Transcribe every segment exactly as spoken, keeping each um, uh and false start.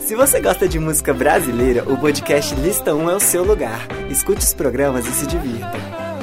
Se você gosta de música brasileira, o podcast Lista um é o seu lugar. Escute os programas e se divirta.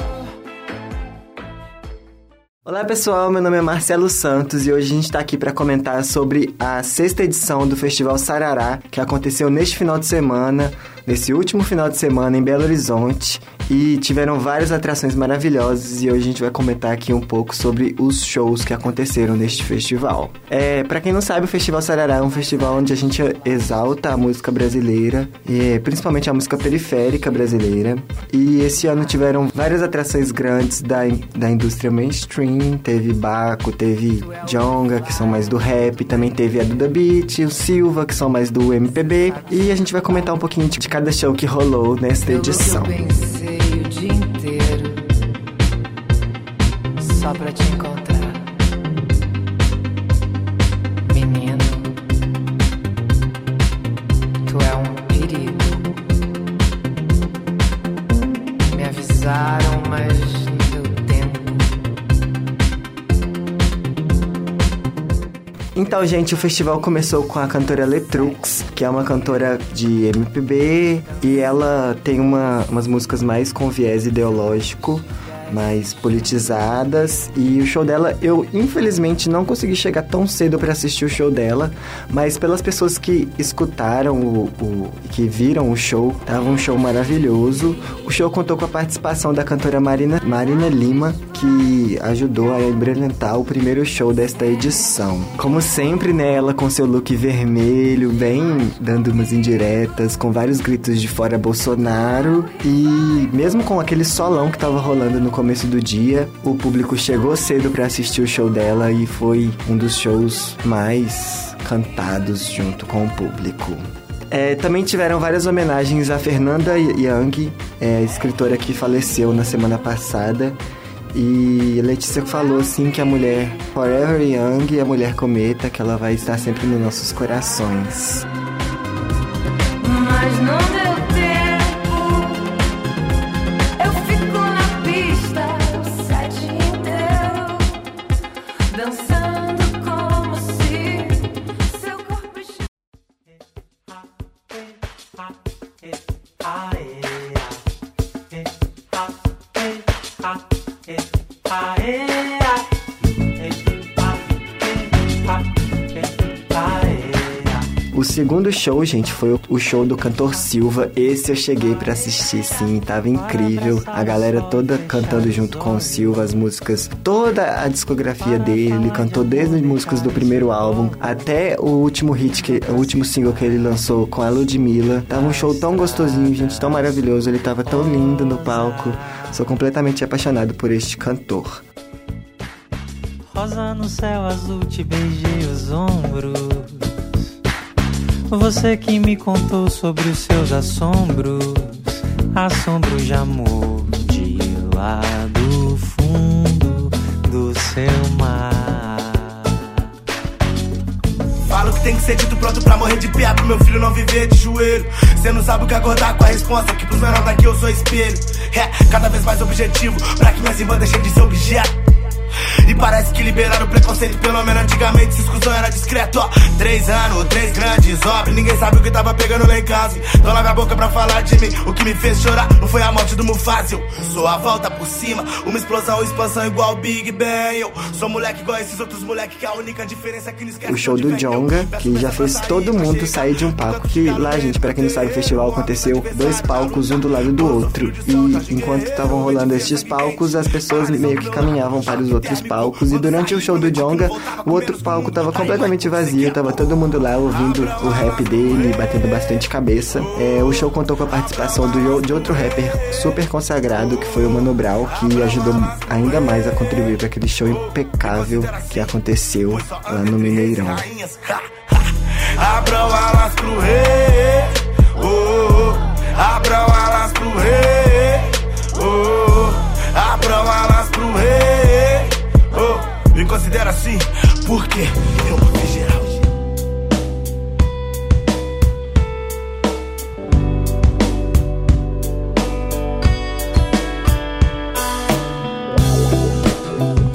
Olá pessoal, meu nome é Marcelo Santos e hoje a gente está aqui para comentar sobre a sexta edição do Festival Sarará, que aconteceu neste final de semana, nesse último final de semana em Belo Horizonte, e tiveram várias atrações maravilhosas e hoje a gente vai comentar aqui um pouco sobre os shows que aconteceram neste festival. É, para quem não sabe, o Festival Sarará é um festival onde a gente exalta a música brasileira, e principalmente a música periférica brasileira, e esse ano tiveram várias atrações grandes da, da indústria mainstream. Teve Baco, teve Djonga, que são mais do rap, também teve a Duda Beat, o Silva, que são mais do M P B, e a gente vai comentar um pouquinho de cada show que rolou nesta edição. Eu pensei o dia inteiro só pra te encontrar, menino, tu é um perigo. Me avisaram, mas então, gente, o festival começou com a cantora Letrux, que é uma cantora de M P B, e ela tem uma, umas músicas mais com viés ideológico, mais politizadas, e o show dela, eu infelizmente não consegui chegar tão cedo para assistir o show dela, mas pelas pessoas que escutaram, o, o, que viram o show, tava um show maravilhoso. O show contou com a participação da cantora Marina, Marina Lima, que ajudou a embrilhantar o primeiro show desta edição. Como sempre, né, ela com seu look vermelho, bem dando umas indiretas, com vários gritos de fora Bolsonaro, e mesmo com aquele solão que tava rolando no começo do dia, o público chegou cedo para assistir o show dela e foi um dos shows mais cantados junto com o público. É, também tiveram várias homenagens a Fernanda Young, é, escritora que faleceu na semana passada, e Letícia falou assim que a mulher Forever Young e a mulher cometa, que ela vai estar sempre nos nossos corações. Mas não deu tempo, eu fico na pista o set inteiro, dançando como se seu corpo O segundo show, gente, foi o show do cantor Silva. Esse eu cheguei pra assistir, sim, tava incrível. A galera toda cantando junto com o Silva, as músicas, toda a discografia dele. Ele cantou desde as músicas do primeiro álbum até o último hit, que, o último single que ele lançou com a Ludmilla. Tava um show tão gostosinho, gente, tão maravilhoso. Ele tava tão lindo no palco. Sou completamente apaixonado por este cantor. Rosa no céu azul, te beijei os ombros. Você que me contou sobre os seus assombros, assombros de amor de lá do fundo do seu mar. Falo que tem que ser dito pronto pra morrer de pé, pro meu filho não viver de joelho. Cê não sabe o que acordar com a resposta, que pros menores daqui eu sou espelho. É, cada vez mais objetivo, pra que minhas irmãs deixem de ser objeto. E parece que liberaram o preconceito, pelo menos antigamente se exclusão era discreto, ó. Três anos, três grandes obras, ninguém sabe o que tava pegando lá em casa. Então lava a boca pra falar de mim, o que me fez chorar não foi a morte do Mufasa. Eu sou a volta por cima, uma explosão, expansão igual Big Bang. Eu sou moleque igual esses outros moleque, que a única diferença é que não esquece. O show do Djonga, que já fez todo mundo sair de um palco, que lá, gente, pra quem não sabe, o festival aconteceu dois palcos, um do lado do outro, e enquanto estavam rolando estes palcos, as pessoas meio que caminhavam para os outros palcos, e durante o show do Djonga, o outro palco tava completamente vazio, tava todo mundo lá ouvindo o rap dele, batendo bastante cabeça. É, o show contou com a participação do, de outro rapper super consagrado, que foi o Mano Brown, que ajudou ainda mais a contribuir para aquele show impecável que aconteceu lá no Mineirão. Abram alas pro rei, oh, oh. Abram alas pro rei, oh, oh. Abram alas pro rei, oh. Me considera assim, porque eu vou ser geral.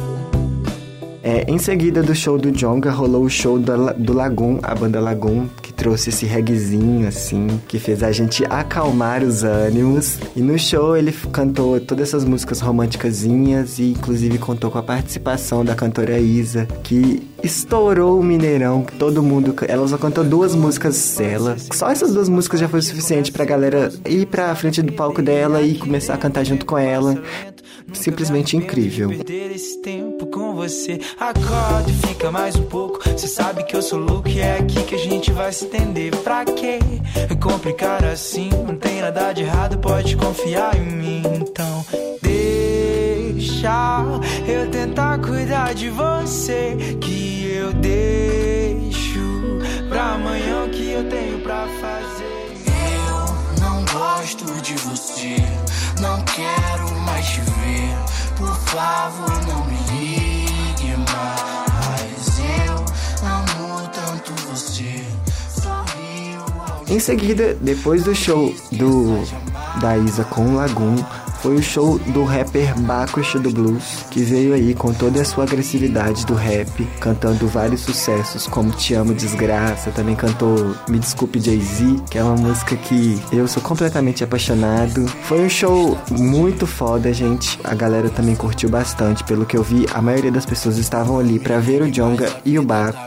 É, em seguida do show do Djonga, rolou o show da, do Lagoon, a banda Lagoon, que trouxe esse reguezinho, assim, que fez a gente acalmar os ânimos. E no show ele cantou todas essas músicas românticazinhas e inclusive contou com a participação da cantora Isa, que estourou o Mineirão, que todo mundo... Ela só cantou duas músicas dela. Só essas duas músicas já foi o suficiente pra galera ir pra frente do palco dela e começar a cantar junto com ela. Simplesmente incrível. Perder esse tempo com você. Acorda e fica mais um pouco. Você sabe que eu sou louco e é aqui que a gente vai se entender. Pra quê? É complicar assim. Não tem nada de errado, pode confiar em mim. Então deixa eu tentar cuidar de você, que eu deixo pra amanhã o que eu tenho pra fazer. Eu não gosto de você, não quero mais te ver. Por favor, não me ligue mais. Eu amo tanto você. Sorrio ao... Em seguida, depois do show do, da Isa com o Lagoon, foi o show do rapper Bacchus do Blues, que veio aí com toda a sua agressividade do rap, cantando vários sucessos como Te Amo Desgraça, também cantou Me Desculpe Jay-Z, que é uma música que eu sou completamente apaixonado. Foi um show muito foda, gente. A galera também curtiu bastante, pelo que eu vi, a maioria das pessoas estavam ali pra ver o Djonga e o Baco.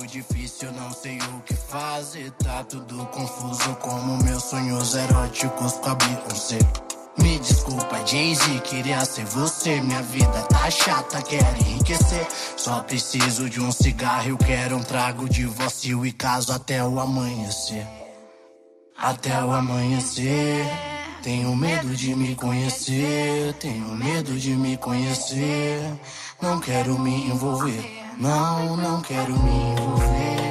Tá tudo confuso como meus sonhos eróticos com a Beyoncé. Me desculpa, Jay-Z, queria ser você. Minha vida tá chata, quero enriquecer. Só preciso de um cigarro, eu quero um trago de divórcio e caso até o amanhecer. Até o amanhecer. Tenho medo de me conhecer, tenho medo de me conhecer. Não quero me envolver, não, não quero me envolver.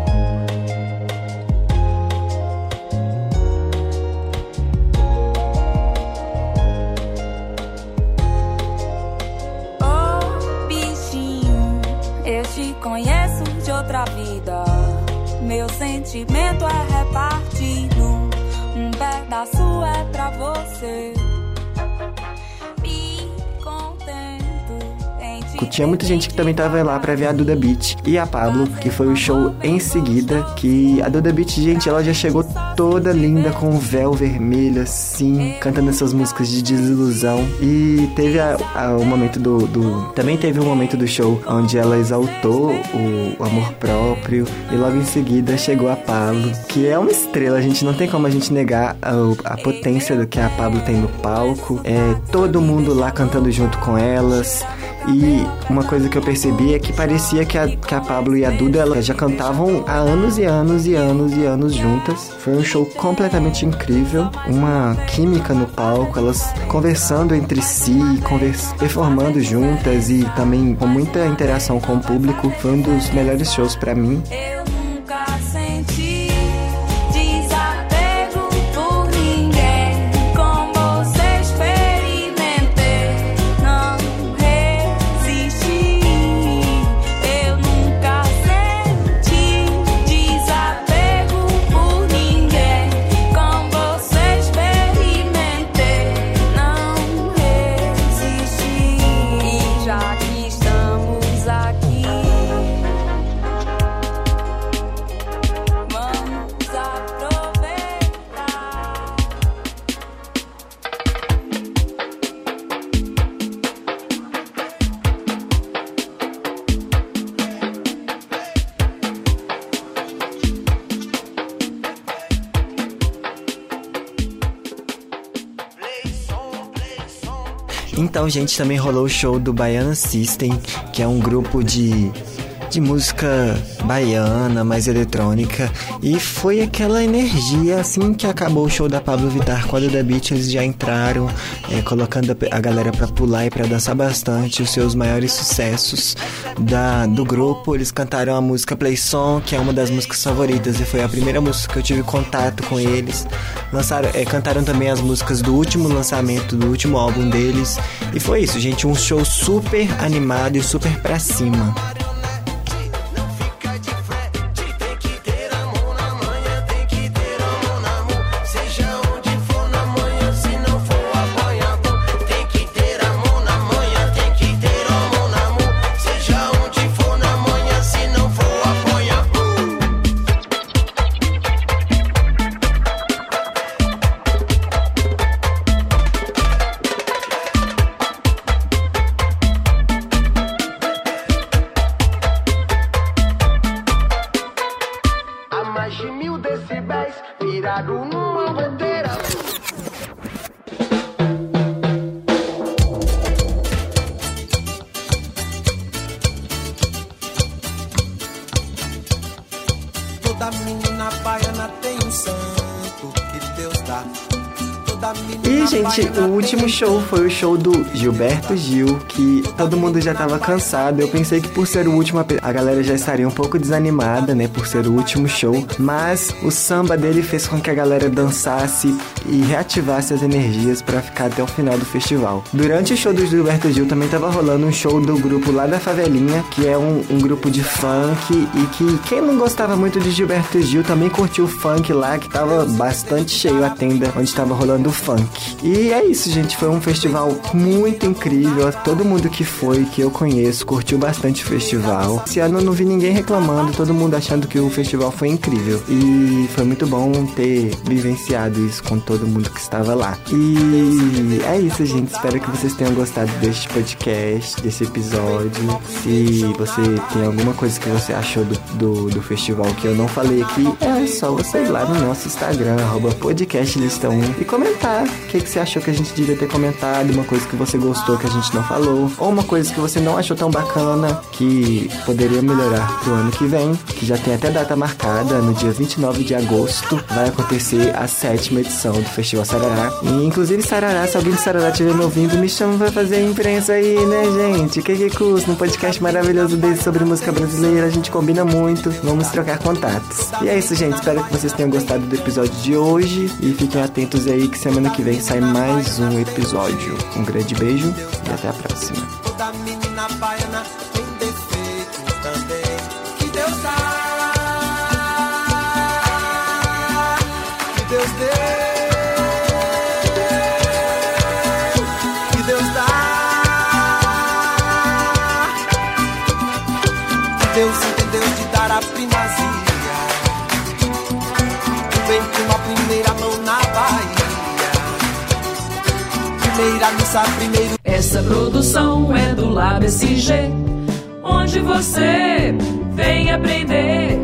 Conheço de outra vida. Meu sentimento é repartido. Um pedaço é pra você. Me contento em te... Tinha muita gente que também tava lá pra ver a Duda Beat e a Pablo, que foi o show em seguida. Que a Duda Beat, gente, ela já chegou toda linda com um véu vermelho, assim, cantando essas músicas de desilusão. E teve a, a, o momento do, do... Também teve um momento do show onde ela exaltou o, o amor próprio. E logo em seguida chegou a Pablo, que é uma estrela, a gente não tem como a gente negar a, a potência do que a Pablo tem no palco. É todo mundo lá cantando junto com elas. E uma coisa que eu percebi é que parecia que a, que a Pablo e a Duda elas já cantavam há anos e anos e anos e anos juntas. Foi um show completamente incrível, uma química no palco, elas conversando entre si, convers- performando juntas e também com muita interação com o público. Foi um dos melhores shows pra mim. Eu nunca senti desapego por ninguém. Com você experimentei, não resisti. Eu nunca senti desapego por ninguém. Com você experimentei, não resisti. E já que estamos aqui, vamos aproveitar. Então, gente, também rolou o show do Baiana System, que é um grupo de, de música baiana, mais eletrônica. E foi aquela energia, assim que acabou o show da Pablo Vittar com a Duda Beat, eles já entraram é, colocando a, a galera pra pular e pra dançar bastante os seus maiores sucessos da, do grupo. Eles cantaram a música Play Song, que é uma das músicas favoritas e foi a primeira música que eu tive contato com eles. Lançaram, é, cantaram também as músicas do último lançamento, do último álbum deles. E foi isso, gente, um show super animado e super pra cima. mais de mil decibéis, virado numa bandeira. Toda menina baiana tem um santo que Deus dá. E, gente, o último show foi o show do Gilberto Gil, que todo mundo já tava cansado. Eu pensei que por ser o último, a galera já estaria um pouco desanimada, né, por ser o último show. Mas o samba dele fez com que a galera dançasse e reativasse as energias pra ficar até o final do festival. Durante o show do Gilberto Gil também tava rolando um show do grupo lá da Favelinha, que é um, um grupo de funk, e que quem não gostava muito de Gilberto Gil também curtiu o funk lá, que tava bastante cheio a tenda onde tava rolando o funk. E é isso, gente, foi um festival muito incrível. Todo mundo que foi, que eu conheço, curtiu bastante o festival. Esse ano eu não vi ninguém reclamando, todo mundo achando que o festival foi incrível. E foi muito bom ter vivenciado isso com todo mundo que estava lá. E é isso, gente, espero que vocês tenham gostado deste podcast, desse episódio. Se você tem alguma coisa que você achou do, do, do festival que eu não falei aqui, é só você ir lá no nosso Instagram, arroba podcastlista um, e comentar o que, que você achou que a gente devia ter comentado, uma coisa que você gostou que a gente não falou, ou uma coisa que você não achou tão bacana que poderia melhorar pro ano que vem, que já tem até data marcada, no dia vinte e nove de agosto vai acontecer a sétima edição do Festival Sarará. E inclusive Sarará, se alguém de Sarará estiver me ouvindo, me chama pra fazer a imprensa aí, né, gente? Que que custa? Um podcast maravilhoso desse sobre música brasileira, a gente combina muito, vamos trocar contatos. E é isso, gente, espero que vocês tenham gostado do episódio de hoje e fiquem atentos aí que semana que vem sai mais um episódio. Um grande beijo e até a próxima. Toda menina baiana tem defeito também que Deus dá, que Deus deu, que Deus dá, que Deus entendeu de dar a primazia. Vem com a primeira mão na Bahia. Primeira missa, primeiro. Essa produção é do Lab S G, onde você vem aprender